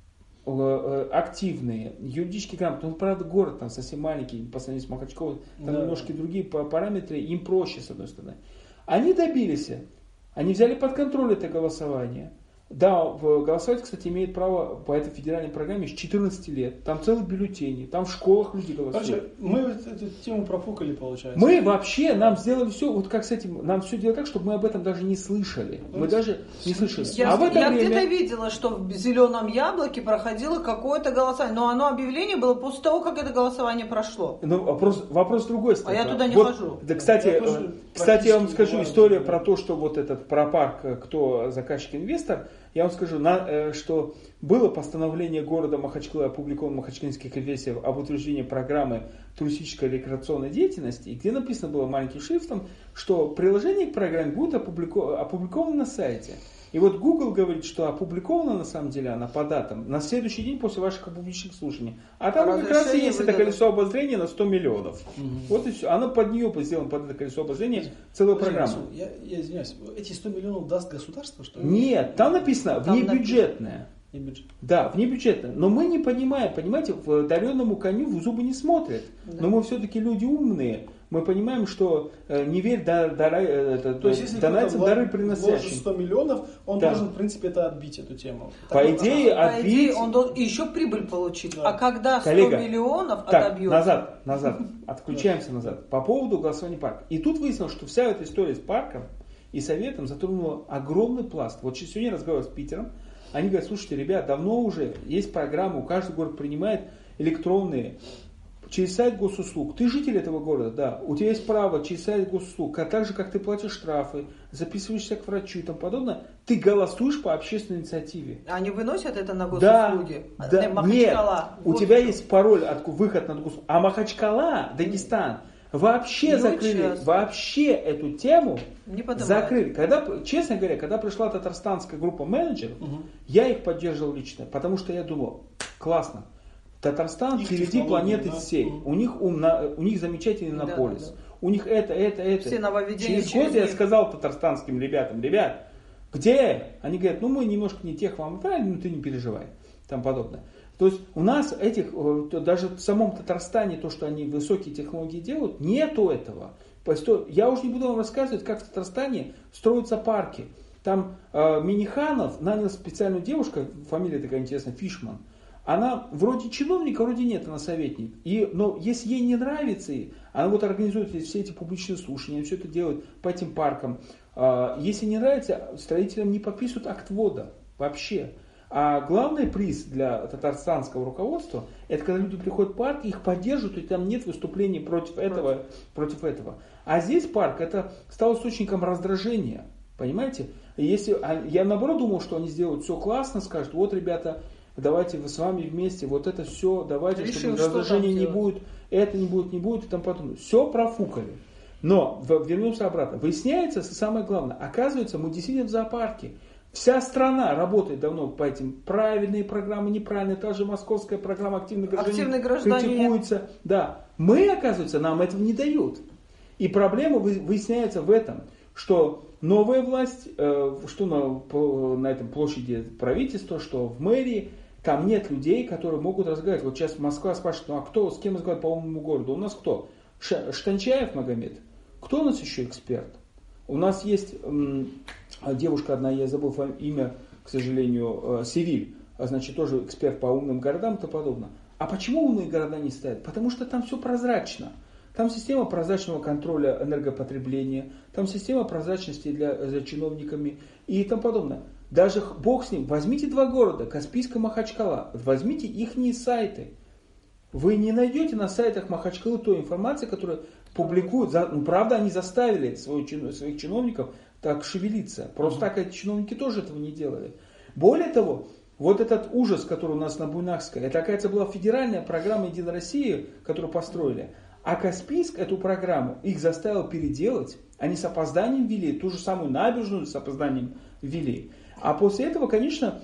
активные, юридически грамотные, ну, правда, город там совсем маленький, по сравнению с Махачковым, там да. немножко другие параметры, им проще, с одной стороны. Они добились, они взяли под контроль это голосование. Да, голосовать, кстати, имеет право по этой федеральной программе с четырнадцати лет. Там целые бюллетени, там в школах люди голосуют. Короче, мы эту тему профукали, получается. Мы вообще, нам сделали все, вот как с этим, нам все делали так, чтобы мы об этом даже не слышали. Мы даже не слышали. Я, а в это я время... где-то видела, что в «Зеленом яблоке» проходило какое-то голосование. Но оно объявление было после того, как это голосование прошло. Ну, вопрос, вопрос другой. Кстати. А я туда не вот, хожу. Да, кстати, я кстати, я вам скажу историю про то, что вот этот про парк, кто заказчик-инвестор. Я вам скажу, на, что было постановление города Махачкалы, опубликовано в Махачкалинских конвенциях об утверждении программы туристической и рекреационной деятельности, и где написано было маленьким шрифтом, что приложение к программе будет опубликовано, опубликовано на сайте. И вот Google говорит, что опубликована на самом деле она по датам на следующий день после ваших публичных слушаний. А там как раз и есть это колесо обозрения на сто миллионов. Угу. Вот и все. Она под нее сделана, под это колесо обозрения, целая программа. Я, я извиняюсь, эти сто миллионов даст государство, что ли? Нет, там написано внебюджетное. Бюджет. Да, внебюджетное. Но мы не понимаем, понимаете, в дареному коню в зубы не смотрят. Да. Но мы все-таки люди умные. Мы понимаем, что э, не верь да, да, это, то есть, если донатим дары приносящим. сто миллионов, он да. должен, в принципе, это отбить, эту тему. По так идее, вот, отбить... По идее, он должен еще прибыль получить. Да. А когда сто Коллега, миллионов так, отобьет... назад, назад, отключаемся назад. По поводу голосования парка. И тут выяснилось, что вся эта история с парком и советом затронула огромный пласт. Вот сегодня я разговаривал с Питером. Они говорят, слушайте, ребят, давно уже есть программы, каждый город принимает электронные, через сайт госуслуг. Ты житель этого города, да, у тебя есть право через сайт госуслуг, а так же, как ты платишь штрафы, записываешься к врачу и тому подобное, ты голосуешь по общественной инициативе. Они выносят это на госуслуги? Да, да. Махачкала, нет, вот у тебя что. есть пароль, от, выход на госуслуг. А Махачкала, Дагестан, вообще не закрыли, участвует. Вообще эту тему не закрыли. Когда, честно говоря, когда пришла татарстанская группа менеджеров, угу. я их поддерживал лично, потому что я думал, классно, Татарстан их впереди планеты да? всей, угу. у них умна, у них замечательный Иннополис, да, да, да. у них это, это, это. Все нововведения. Через год я сказал татарстанским ребятам, ребят, где? Они говорят, ну мы немножко не тех вам отправили, но ты не переживай, там подобное. То есть у нас этих, даже в самом Татарстане, то, что они высокие технологии делают, нету этого. Я уже не буду вам рассказывать, как в Татарстане строятся парки. Там э, Миниханов нанял специальную девушку, фамилия такая интересная, Фишман. Она вроде чиновника, вроде нет, она советник. И, но если ей не нравится, она вот организует все эти публичные слушания, все это делает по этим паркам. Если не нравится, строителям не подписывают акт ввода вообще. А главный приз для татарстанского руководства, это когда люди приходят в парк, их поддерживают, и там нет выступлений против этого, против этого. А здесь парк, это стал источником раздражения, понимаете? Если, я наоборот думал, что они сделают все классно, скажут, вот, ребята, давайте вы с вами вместе, вот это все, давайте, решим, чтобы раздражения не будет, это не будет, не будет, и там потом. Все профукали. Но вернемся обратно. Выясняется, самое главное, оказывается, мы действительно в зоопарке. Вся страна работает давно по этим правильные программы, неправильные. Та же московская программа «Активный гражданин» критикуется. Да. Мы, оказывается, нам этого не дают. И проблема выясняется в этом, что новая власть, что на, на этом площади правительства, что в мэрии, там нет людей, которые могут разговаривать. Вот сейчас Москва спрашивает, ну а кто, с кем разговаривать по умному городу? У нас кто? Штанчаев Магомед? Кто у нас еще эксперт? У нас есть м, девушка одна, я забыл имя, к сожалению, Севиль, значит, тоже эксперт по умным городам и тому подобное. А почему умные города не стоят? Потому что там все прозрачно. Там система прозрачного контроля энергопотребления, там система прозрачности для, за чиновниками и тому подобное. Даже бог с ним, возьмите два города, Каспийск и Махачкала, возьмите ихние сайты. Вы не найдете на сайтах Махачкалы той информации, которую публикуют. Ну, правда, они заставили своих чиновников так шевелиться. Просто так эти чиновники тоже этого не делали. Более того, вот этот ужас, который у нас на Буйнакской, это, оказывается, была федеральная программа «Единой России», которую построили. А Каспийск эту программу их заставил переделать. Они с опозданием ввели, ту же самую набережную с опозданием ввели. А после этого, конечно,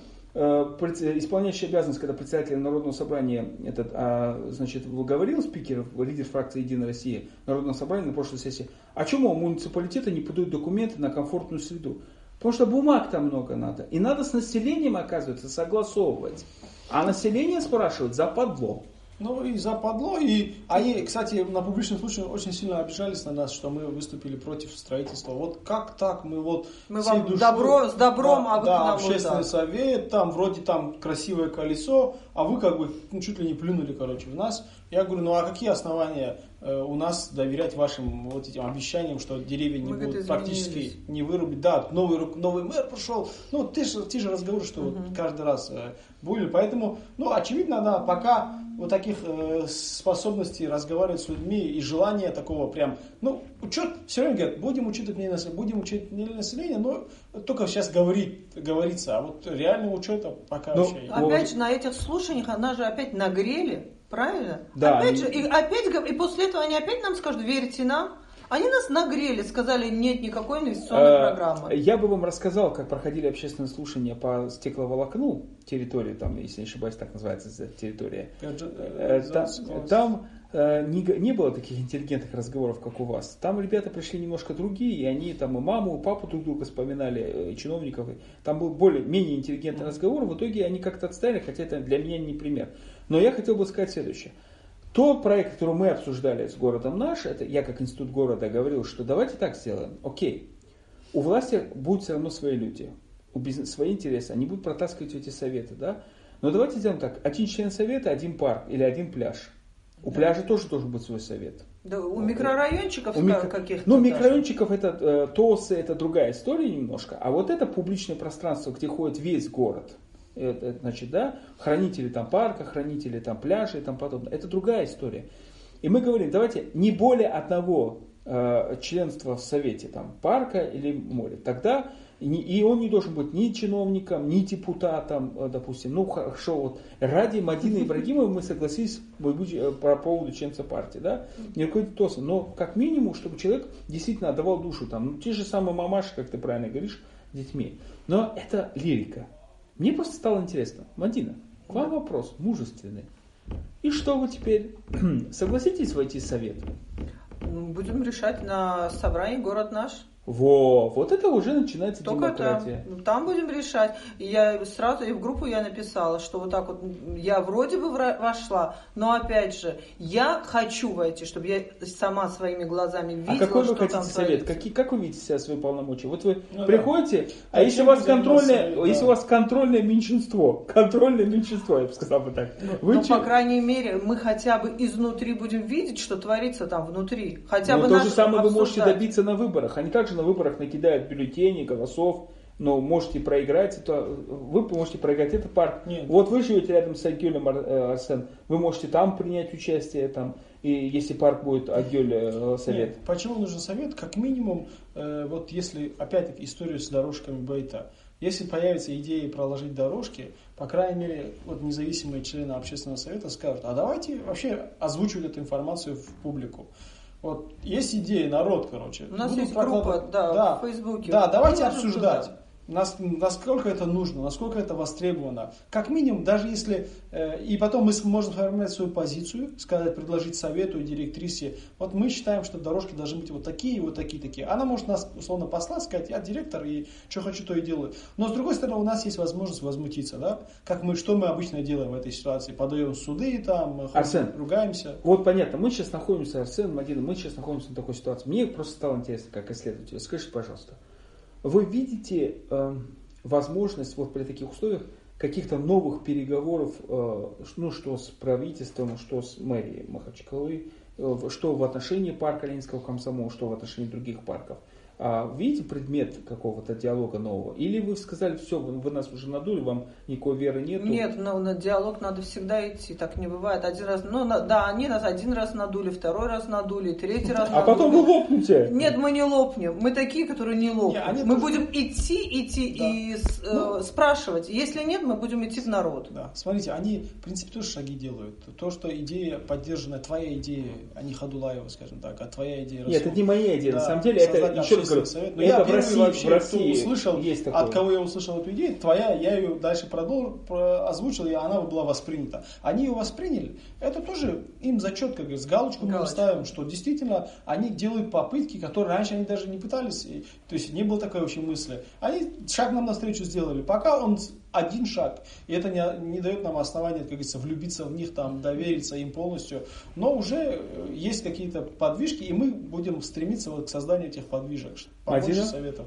исполняющий обязанность, когда председатель Народного собрания, этот, значит, говорил спикер, лидер фракции «Единая Россия» Народного собрания на прошлой сессии, а чему муниципалитеты не подают документы на комфортную среду? Потому что бумаг там много надо. И надо с населением, оказывается, согласовывать. А население спрашивает западло. Ну и западло. И они, кстати, на публичном случае очень сильно обижались на нас, что мы выступили против строительства. Вот как так? Мы вот мы вам душой, добро, с добром, да, а вы да, к нам общественный вот совет, там вроде там красивое колесо, а вы как бы ну, чуть ли не плюнули, короче, в нас. Я говорю, ну а какие основания э, у нас доверять вашим вот этим обещаниям, что деревья не мы будут практически не вырубить? Да, новый, новый мэр пришел. Ну, ты же, те же разговоры, что угу. вот каждый раз э, были. Поэтому, ну, очевидно, да, пока вот таких э, способностей разговаривать с людьми и желания такого прям, ну, учет, все время говорят, будем учитывать мнение населения, будем учить мнение населения, но только сейчас говорит, говорится, а вот реального учета пока ну, вообще. Опять же, на этих слушаниях она же опять нагрели, правильно? Да. Опять же, и опять, и после этого они опять нам скажут, верьте нам. Они нас нагрели, сказали, нет никакой инвестиционной а, программы. Я бы вам рассказал, как проходили общественные слушания по стекловолокну территории, там, если не ошибаюсь, так называется территория. Там, там не, не было таких интеллигентных разговоров, как у вас. Там ребята пришли немножко другие, и они там и маму, и папу друг друга вспоминали, и чиновников. Там был более, менее интеллигентный разговор. В итоге они как-то отстали, хотя это для меня не пример. Но я хотел бы сказать следующее. Тот проект, который мы обсуждали с городом наш, это я как институт города говорил, что давайте так сделаем. Окей, у власти будут все равно свои люди, у бизнеса свои интересы, они будут протаскивать эти советы, да? Но давайте сделаем так, один член совета, один парк или один пляж. У да. пляжа тоже должен быть свой совет. Да, у микрорайончиков у микро... каких-то. Ну, микрорайончиков это э, ТОСы, это другая история немножко, а вот это публичное пространство, где ходит весь город. Это, значит, да, хранители там парка, хранители там пляжа и тому подобное. Это другая история. И мы говорим, давайте не более одного э, членства в совете там, парка или моря. Тогда не, и он не должен быть ни чиновником, ни депутатом, э, допустим. Ну хорошо, вот ради Мадины Ибрагимовой мы согласились э, по поводу членства партии, да, не руководитель ТОСа. Но как минимум, чтобы человек действительно отдавал душу там, ну, те же самые мамаши, как ты правильно говоришь, с детьми. Но это лирика. Мне просто стало интересно. Мадина, к вам вопрос мужественный. И что вы теперь? Согласитесь войти в совет? Будем решать на собрании «Город наш». Во, вот это уже начинается Только демократия. Там, там будем решать. И я сразу и в группу я написала, что вот так вот я вроде бы вошла, но опять же, я хочу войти, чтобы я сама своими глазами видела, а какой вы что хотите там совет? творится. Какие, как вы видите себя свои полномочия? Вот вы Ну, приходите, да. а А если чем у вас вы контрольное, занимаетесь, да. если у вас контрольное меньшинство, контрольное меньшинство, я бы сказал бы так. Вы Ну, че- по крайней мере, мы хотя бы изнутри будем видеть, что творится там внутри. Хотя Но бы то наш же самое вы можете обсуждать. добиться на выборах. Они также на выборах накидают бюллетени, голосов, но можете проиграть это, вы можете проиграть этот парк. Нет. Вот вы живете рядом с Агюлем, Арсен, вы можете там принять участие, там, и если парк будет Агюль э, совет. Нет, почему нужен совет? Как минимум, э, вот если, опять-таки, историю с дорожками Бейта, если появится идея проложить дорожки, по крайней мере, вот независимые члены общественного совета скажут, а давайте вообще озвучивать эту информацию в публику. Вот есть идея, народ, короче. У нас будут есть группа, прокладывать- да, да, в Фейсбуке. Да, давайте Выложим обсуждать. туда. Нас- насколько это нужно, насколько это востребовано. Как минимум, даже если... Э, и потом мы сможем сформировать свою позицию, сказать, предложить совету и директрисе. Вот мы считаем, что дорожки должны быть вот такие, вот такие, такие. Она может нас, условно, послать, сказать, я директор, и что хочу, то и делаю. Но, с другой стороны, у нас есть возможность возмутиться, да? Как мы, что мы обычно делаем в этой ситуации? Подаем в суды, там, ходим, Арсен, ругаемся. Вот понятно, мы сейчас находимся, Арсен, Мадина, мы сейчас находимся в такой ситуации. Мне просто стало интересно, как исследователь. Скажите, пожалуйста, вы видите э, возможность вот при таких условиях каких-то новых переговоров, э, ну что с правительством, что с мэрией Махачкалы, э, что в отношении парка Ленинского комсомола, что в отношении других парков? А видите предмет какого-то диалога нового? Или вы сказали, все, вы, вы нас уже надули, вам никакой веры нету? Нет, но на диалог надо всегда идти, так не бывает. Один раз, ну на- да, они нас один раз надули, второй раз надули, третий раз А надули. потом вы лопнете. Нет, мы не лопнем. Мы такие, которые не лопнем. Не, они мы тоже- будем идти, идти Да. и с- э, Ну. спрашивать. Если нет, мы будем идти в народ. Да. Смотрите, они, в принципе, тоже шаги делают. То, что идея поддержанная, твоя идея, а не Хадулаева, скажем так, а твоя идея... Нет, это не моя идея. Да, на самом деле, это, создать еще раз говорю, общественный совет. Но это я в первый России, вообще, в России кто услышал, есть такое. от кого я услышал эту идею, твоя, я ее дальше продол, про- озвучил, и она была воспринята. Они ее восприняли, это тоже им зачет, как говорится, с галочку мы Галочку. ставим, что действительно они делают попытки, которые раньше они даже не пытались, и- то есть не было такой вообще мысли. Они шаг нам навстречу сделали, пока он с- один шаг, и это не, не дает нам основания, как говорится, влюбиться в них, там, довериться им полностью, но уже э, есть какие-то подвижки, и мы будем стремиться вот к созданию этих подвижек, помочь Мадина? советам.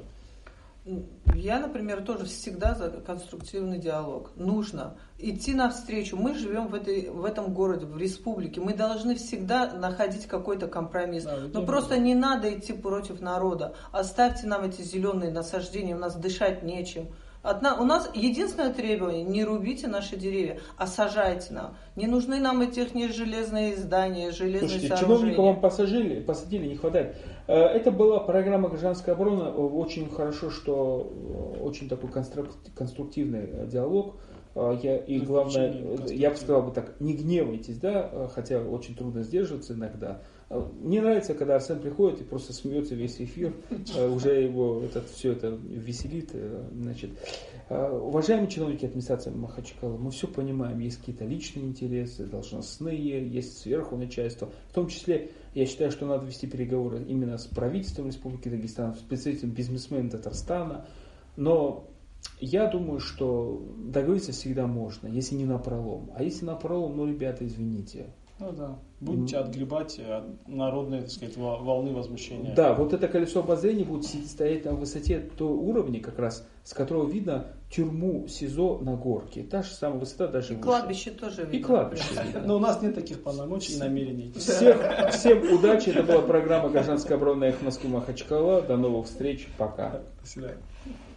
Я, например, тоже всегда за конструктивный диалог. Нужно идти навстречу. Мы живем в, этой, в этом городе, в республике. Мы должны всегда находить какой-то компромисс. Да, Но ведем просто дело. не надо идти против народа. Оставьте нам эти зеленые насаждения, у нас дышать нечем. Одна, у нас единственное требование: не рубите наши деревья, а сажайте нам. Не нужны нам эти их железные здания, железные Слушайте, сооружения. чиновников вам посадили, посадили, не хватает. Э, Это была программа «Гражданская оборона». Очень хорошо, что э, очень такой конструк- конструктивный э, диалог. Э, Я, и Ну, главное, включение э, я бы сказал бы так, не гневайтесь, да, э, хотя очень трудно сдерживаться иногда. Э, Мне нравится, когда Арсен приходит и просто смеется весь эфир, э, уже его этот, все это веселит. э, Значит. Э, Уважаемые чиновники администрации Махачкалы, мы все понимаем, есть какие-то личные интересы, должностные, есть сверху начальство. В том числе, я считаю, что надо вести переговоры именно с правительством Республики Дагестан, с представителем бизнесмена Татарстана. Но я думаю, что договориться всегда можно, если не напролом. А если напролом, ну, ребята, извините. Ну да, будете отгребать от народной, так сказать, во- волны возмущения. Да, вот это колесо обозрения будет сидеть- стоять на высоте той уровня, как раз, с которого видно тюрьму СИЗО на горке. Та же самая высота, даже И выше. кладбище тоже видно. И кладбище видно. Но у нас нет таких полномочий и намерений. Всех, всем удачи. Это была программа «Гражданская оборона» Эхо Москвы Махачкала. До новых встреч. Пока. До свидания.